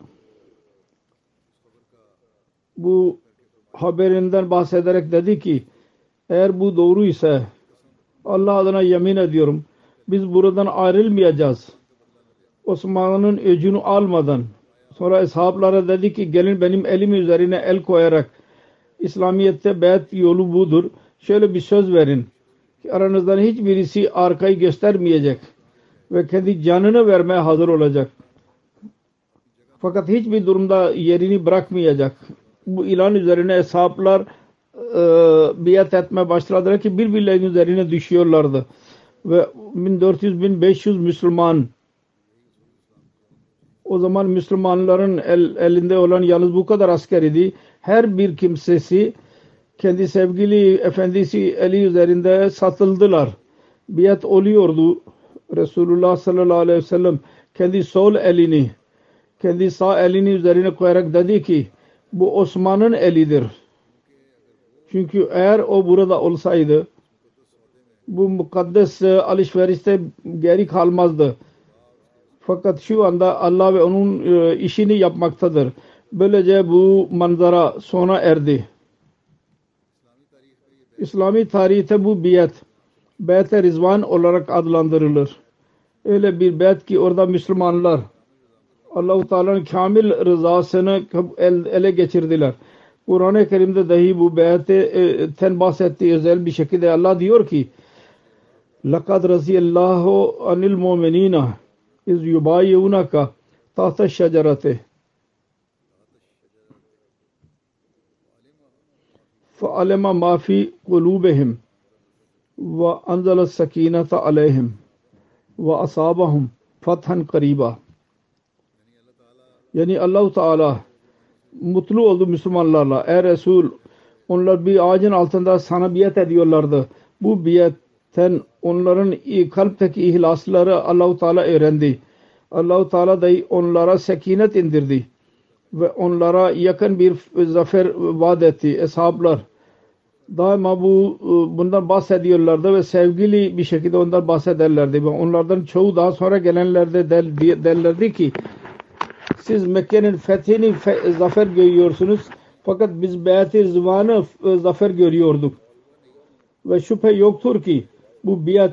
bu haberinden bahsederek dedi ki eğer bu doğru ise Allah adına yemin ediyorum biz buradan ayrılmayacağız. Osman'ın öcünü almadan. Sonra ashablara dedi ki gelin benim elim üzerine el koyarak İslamiyet'te beyat yolu budur. Şöyle bir söz verin ki aranızdan hiçbirisi arkayı göstermeyecek ve kendi canını vermeye hazır olacak. Fakat hiçbir durumda yerini bırakmayacak. Bu ilan üzerine ashablar e, biat etmeye başladılar ki birbirlerinin üzerine düşüyorlardı. Ve bin dört yüz bin beş yüz Müslüman o zaman Müslümanların el, elinde olan yalnız bu kadar asker idi. Her bir kimsesi kendi sevgili efendisi eli üzerinde satıldılar. Biat oluyordu. Resulullah sallallahu aleyhi ve sellem kendi sol elini kendi sağ elini üzerine koyarak dedi ki bu Osman'ın elidir. Çünkü eğer o burada olsaydı bu mukaddes alışverişte geri kalmazdı. Fakat şu anda Allah ve onun işini yapmaktadır. Böylece bu manzara sona erdi. İslami tarihte bu biyat Beyt-i Rizvan olarak adlandırılır. Öyle bir beyt ki orada Müslümanlar Allah-u Teala'nın kamil rızasını ele geçirdiler. Kur'an-ı Kerim'de dahi bu beyten bahsettiği özel bir şekilde Allah diyor ki لَقَدْ رَضِيَ اللّٰهُ عَنِ الْمُؤْمِنِينَ اِذْ يُبَايِعُونَكَ تَحْتَ الشَّجَرَةِ فَعَلَمَ مَا فِي قُلُوبِهِمْ وَأَنزَلَ السَّكِينَةَ عَلَيْهِمْ وَأَصَابَهُمْ فَتْحًا قَرِيبًا. Yani Allah-u Teala mutlu oldu Müslümanlarla. Ey Resul onlar bir ağacın altında sana biat ediyorlardı. Bu biatten onların kalpteki ihlasları Allah-u Teala öğrendi. Allah-u Teala da onlara sekinet indirdi ve onlara yakın bir zafer vaat etti. Eshablar daima bu bundan bahsediyorlardı ve sevgili bir şekilde ondan bahsederlerdi ve onlardan çoğu daha sonra gelenlerde derlerdi ki siz Mekke'nin fethini fe, zafer görüyorsunuz fakat biz Beyt-i Rizvan'ı zafer görüyorduk ve şüphe yoktur ki bu biat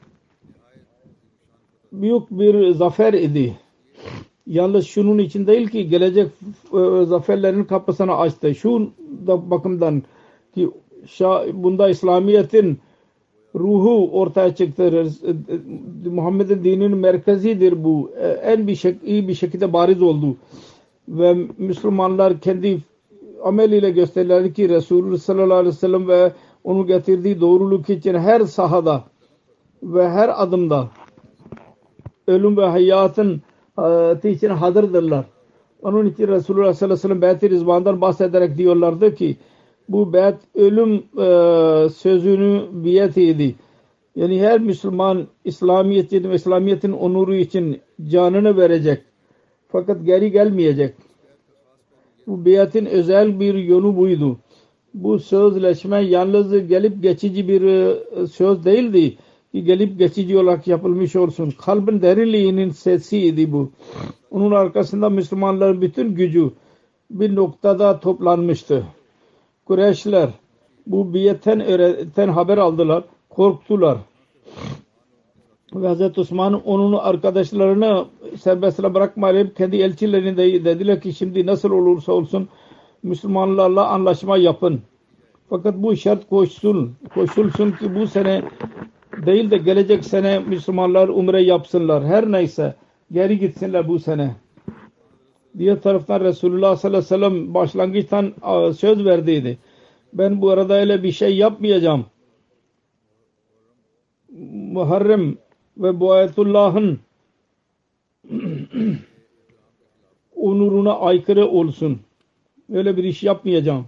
büyük bir zafer idi. Yalnız şunun için değil ki gelecek e, zaferlerin kapısını açtı. Şu da bakımdan ki bunda İslamiyet'in ruhu ortaya çıktı. Muhammed'in dininin merkezidir bu. En bir şek iyi bir şekilde bariz oldu. Ve Müslümanlar kendi ameliyle gösterirler ki Resulullah sallallahu aleyhi ve sellem ve onun getirdiği doğruluk için her sahada ve her adımda ölüm ve hayatın için hazırdırlar. Onun için Resulullah sallallahu aleyhi ve sellem Beyt-i Rizvan'dan bahsederek diyorlardı ki bu beyt ölüm e, sözünü biyetiydi. Yani her Müslüman İslamiyet'in ve İslamiyet'in onuru için canını verecek. Fakat geri gelmeyecek. Bu biyetin özel bir yönü buydu. Bu sözleşme yalnız gelip geçici bir söz değildi. ki gelip geçici olarak yapılmış olsun. Kalbin derinliğinin sesiydi bu. Onun arkasında Müslümanların bütün gücü bir noktada toplanmıştı. Kureyşler bu biyetten öğreten haber aldılar. Korktular. Ve Hazreti Osman onun arkadaşlarını serbestine bırakmayıp kendi elçilerini de dediler ki şimdi nasıl olursa olsun Müslümanlarla anlaşma yapın. Fakat bu şart koşsun, koşulsun ki bu sene değil de gelecek sene Müslümanlar umre yapsınlar. Her neyse geri gitsinler bu sene. Diğer taraftan Resulullah sallallahu aleyhi ve sellem başlangıçtan söz verdiydi. Ben bu arada öyle bir şey yapmayacağım. Muharrem ve bu ayetullah'ın onuruna aykırı olsun. Öyle bir iş yapmayacağım.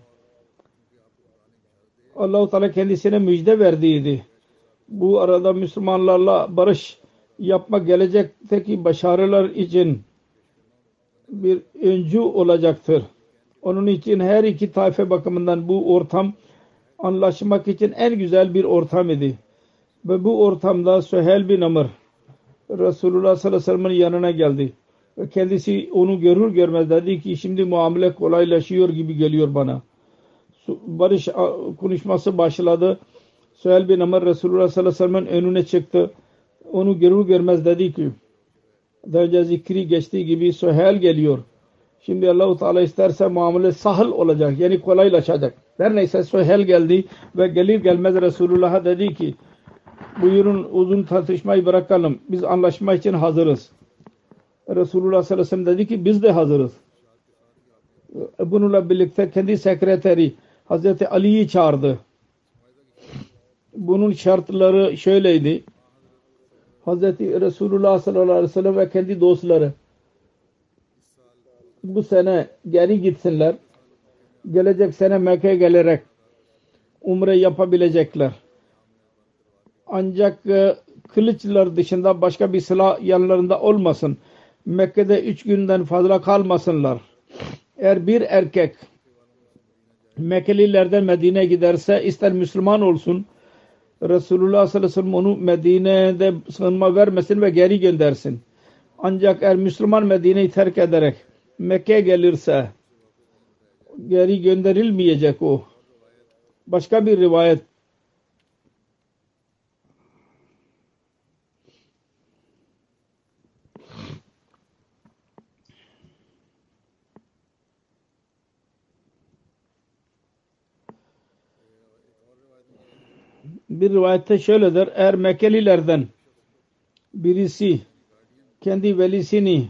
Allah-u Teala kendisine müjde verdiydi. Bu arada Müslümanlarla barış yapmak gelecekteki başarılar için bir öncü olacaktır. Onun için her iki taife bakımından bu ortam anlaşmak için en güzel bir ortam idi. Ve bu ortamda Süheyl bin Amr Resulullah sallallahu aleyhi ve sellem'in yanına geldi. Ve kendisi onu görür görmez dedi ki şimdi muamele kolaylaşıyor gibi geliyor bana. Barış konuşması başladı. Süheyl bin Amr Resulullah sallallahu aleyhi ve sellem'in önüne çıktı. Onu görür görmez dedi ki daha önce zikri geçtiği gibi Süheyl geliyor. Şimdi Allah-u Teala isterse muamele sahıl olacak. Yani kolaylaşacak. Her neyse Süheyl geldi ve gelir gelmez Resulullah'a dedi ki buyurun uzun tartışmayı bırakalım. Biz anlaşma için hazırız. Resulullah sallallahu aleyhi ve sellem dedi ki biz de hazırız. Bununla birlikte kendi sekreteri Hazreti Ali'yi çağırdı. Bunun şartları şöyleydi. Hazreti Resulullah sallallahu aleyhi ve sellem ve kendi dostları bu sene geri gitsinler. Gelecek sene Mekke'ye gelerek umre yapabilecekler. Ancak kılıçlar dışında başka bir silah yanlarında olmasın. Mekke'de üç günden fazla kalmasınlar. Eğer bir erkek Mekkelilerden Medine'ye giderse ister Müslüman olsun Resulullah sallallahu aleyhi ve sellem onu Medine'de sığınma vermesin ve geri göndersin. Ancak eğer Müslüman Medine'yi terk ederek Mekke'ye gelirse geri gönderilmeyecek o. Başka bir rivayet bir rivayette şöyledir. Eğer Mekkelilerden birisi kendi velisini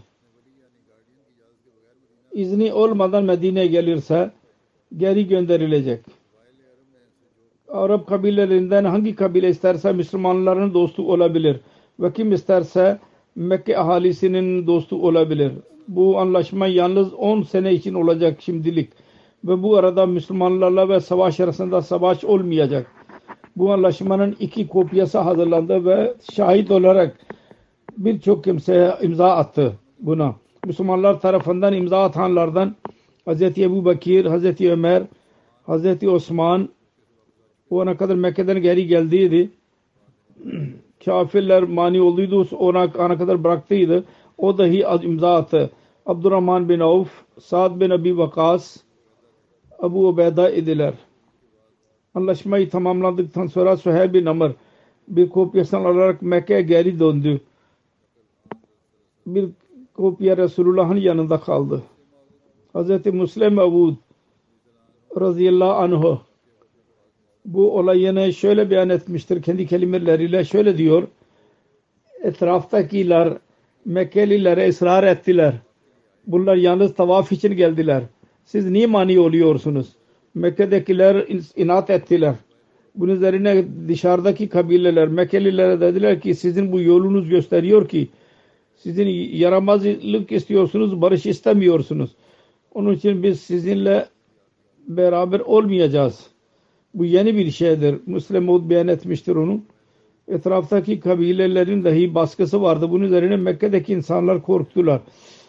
izni olmadan Medine'ye gelirse geri gönderilecek. Arap kabilelerinden hangi kabile isterse Müslümanların dostu olabilir. Ve kim isterse Mekke ahalisinin dostu olabilir. Bu anlaşma yalnız on sene için olacak şimdilik. Ve bu arada Müslümanlarla ve savaş arasında savaş olmayacak. Bu anlaşmanın iki kopyası hazırlandı ve şahit olarak birçok kimseye imza attı buna. Müslümanlar tarafından imza atanlardan Hazreti Ebu Bakir, Hazreti Ömer, Hazreti Osman o ana kadar Mekke'den geri geldiydi. Kafirler mani olduydu. Ona ana kadar bıraktıydı. O dahi az imza attı. Abdurrahman bin Avf, Sa'd bin Abi Vakas, Abu Ubeyda idiler. Anlaşmayı tamamladıktan sonra Süheyl bin Amr bir kopyasını alarak Mekke'ye geri döndü. Bir kopya Resulullah'ın yanında kaldı. Hazreti Müslim Mevud radıyallahu anh bu olayını şöyle beyan etmiştir. Kendi kelimeleriyle şöyle diyor. Etraftakiler Mekkelilere ısrar ettiler. Bunlar yalnız tavaf için geldiler. Siz niye mani oluyorsunuz? Mekke'dekiler inat ettiler. Bunun üzerine dışarıdaki kabileler Mekkelilere dediler ki sizin bu yolunuz gösteriyor ki sizin yaramazlık istiyorsunuz, barış istemiyorsunuz. Onun için biz sizinle beraber olmayacağız. Bu yeni bir şeydir. Müslim Maud beyan etmiştir onu. Etraftaki kabilelerin dahi baskısı vardı. Bunun üzerine Mekke'deki insanlar korktular.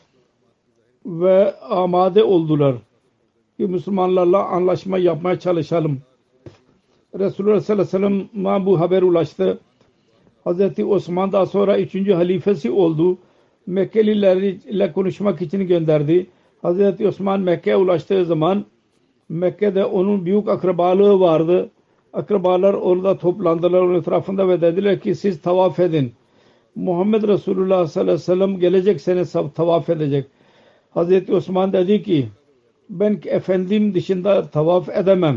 Ve amade oldular. Ki Müslümanlarla anlaşma yapmaya çalışalım. Resulullah sallallahu aleyhi ve sellem'e bu haber ulaştı. Hazreti Osman daha sonra üçüncü halifesi oldu. Mekkelilerle konuşmak için gönderdi. Hazreti Osman Mekke'ye ulaştığı zaman Mekke'de onun büyük akrabalığı vardı. Akrabalar orada toplandılar onun etrafında ve dediler ki siz tavaf edin. Muhammed Resulullah sallallahu aleyhi ve sellem gelecek sene tavaf edecek. Hazreti Osman dedi ki ben efendim dışında tavaf edemem.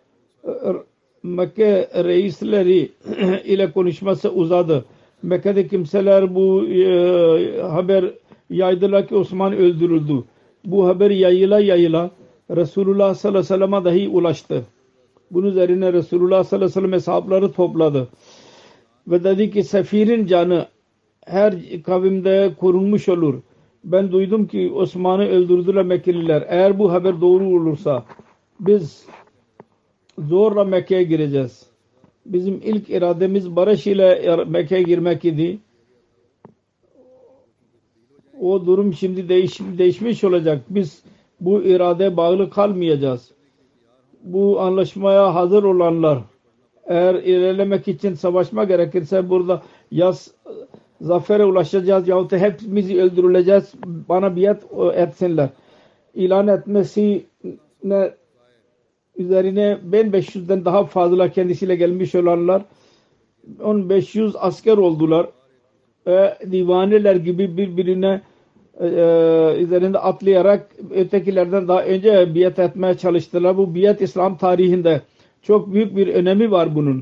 Mekke reisleri ile konuşması uzadı. Mekke'de kimseler bu e, haber yaydılar ki Osman öldürüldü. Bu haber yayıla yayıla Resulullah sallallahu aleyhi ve sellem'e dahi ulaştı. Bunun üzerine Resulullah sallallahu aleyhi ve sellem hesapları topladı. Ve dedi ki sefirin canı her kavimde korunmuş olur. Ben duydum ki Osman'ı öldürdüler Mekkeliler. Eğer bu haber doğru olursa biz zorla Mekke'ye gireceğiz. Bizim ilk irademiz barış ile Mekke'ye girmek idi. O durum şimdi değiş, değişmiş olacak. Biz bu irade bağlı kalmayacağız. Bu anlaşmaya hazır olanlar eğer ilerlemek için savaşma gerekirse burada yaz zafere ulaşacağız yahut da hepimizi öldürüleceğiz. Bana biat etsinler. İlan etmesine üzerine bin beş yüzden daha fazla kendisiyle gelmiş olanlar on beş yüz asker oldular. E, divaneler gibi birbirine e, üzerinde atlayarak ötekilerden daha önce biat etmeye çalıştılar. Bu biat İslam tarihinde çok büyük bir önemi var bunun.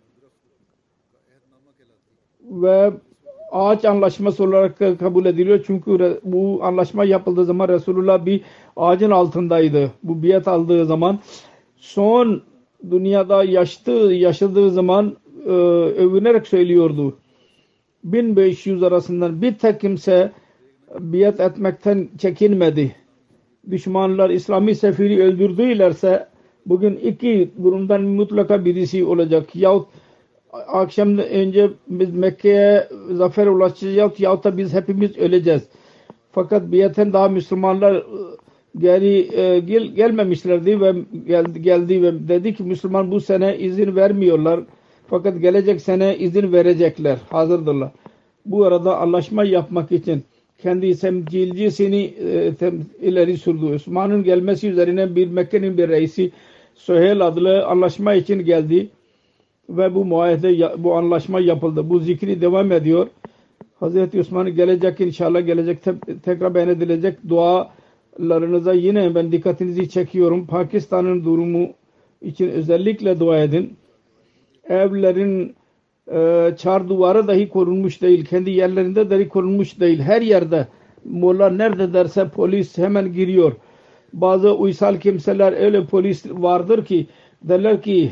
Ve ağaç anlaşması olarak kabul ediliyor. Çünkü bu anlaşma yapıldığı zaman Resulullah bir ağacın altındaydı. Bu biat aldığı zaman son dünyada yaşlı, yaşadığı zaman e, övünerek söylüyordu. bin beş yüz arasından bir tek kimse biat etmekten çekinmedi. Düşmanlar İslami sefiri öldürdülerse bugün iki durumdan mutlaka birisi olacak. Yahut akşam önce biz Mekke'ye zafer ulaşacağız yahut da biz hepimiz öleceğiz. Fakat biaten daha Müslümanlar geri e, gel, gelmemişlerdi ve geldi, geldi ve dedi ki Müslüman bu sene izin vermiyorlar. Fakat gelecek sene izin verecekler. Hazırdırlar. Bu arada anlaşma yapmak için kendi temsilcisini e, tem, ileri sürdü. Osman'ın gelmesi üzerine bir Mekke'nin bir reisi Süheyl adlı anlaşma için geldi. Ve bu muayede, bu anlaşma yapıldı. Bu zikri devam ediyor. Hazreti Osman gelecek inşallah gelecek te, tekrar beyan edilecek dualarınıza yine ben dikkatinizi çekiyorum. Pakistan'ın durumu için özellikle dua edin. Evlerin e, çar duvarı dahi korunmuş değil. Kendi yerlerinde dahi korunmuş değil. Her yerde molla nerede derse polis hemen giriyor. Bazı uysal kimseler öyle polis vardır ki derler ki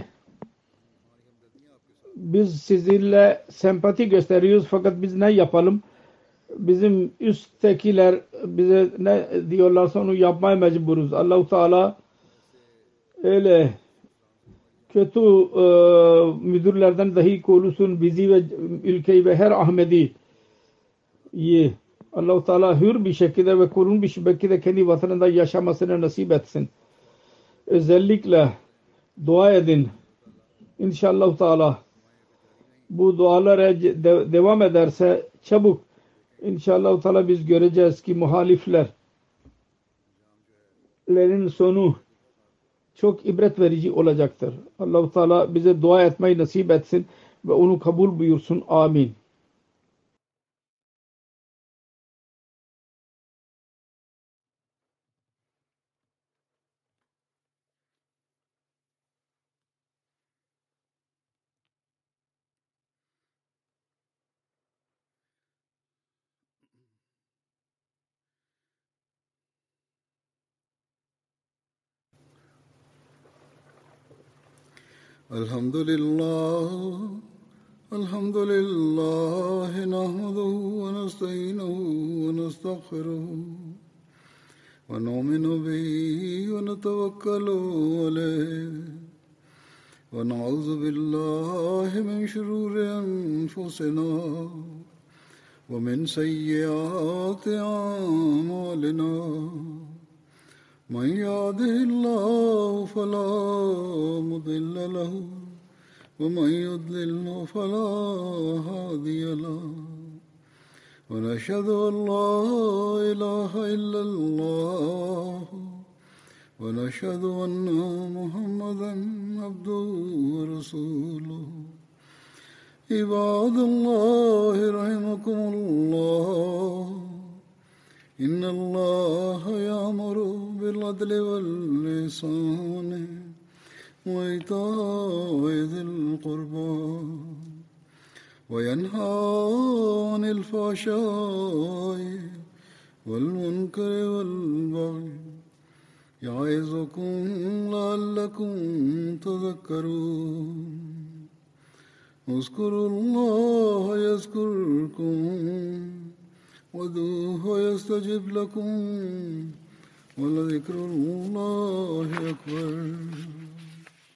biz sizinle sempati gösteriyoruz fakat biz ne yapalım? Bizim üsttekiler bize ne diyorlarsa onu yapmaya mecburuz. Allah-u Teala öyle kötü e, müdürlerden dahi korusun bizi ve ülkeyi ve her Ahmedi'yi. Allah-u Teala hür bir şekilde ve korun bir şekilde kendi vatanında yaşamasını nasip etsin. Özellikle dua edin. İnşallah Teala bu dualara de, devam ederse çabuk inşallah Teala biz göreceğiz ki muhaliflerin sonu çok ibret verici olacaktır. Allah-u Teala bize dua etmeyi nasip etsin ve onu kabul buyursun. Amin. Elhamdülillah, elhamdülillah, nahmaduhu ve nestainuhu ve nestağfiruhu ve nu'minu bihi ve netevekkalu aleyh ve na'udzu billahi min şururi enfusina ve min seyyiati a'malina. من يهده الله فلا مضل له ومن يضلل فلا هادي له ونشهد أن لا إله إلا الله ونشهد أن محمدا عبده ورسوله عباد الله رحمكم الله إن الله يأمر بالعدل والإحسان وإيتاء ذي القربى وينهى عن الفحشاء والمنكر والبغي يعظكم لعلكم تذكرون اذكروا الله يذكركم وادعوه يستجب لكم ولذكر الله أكبر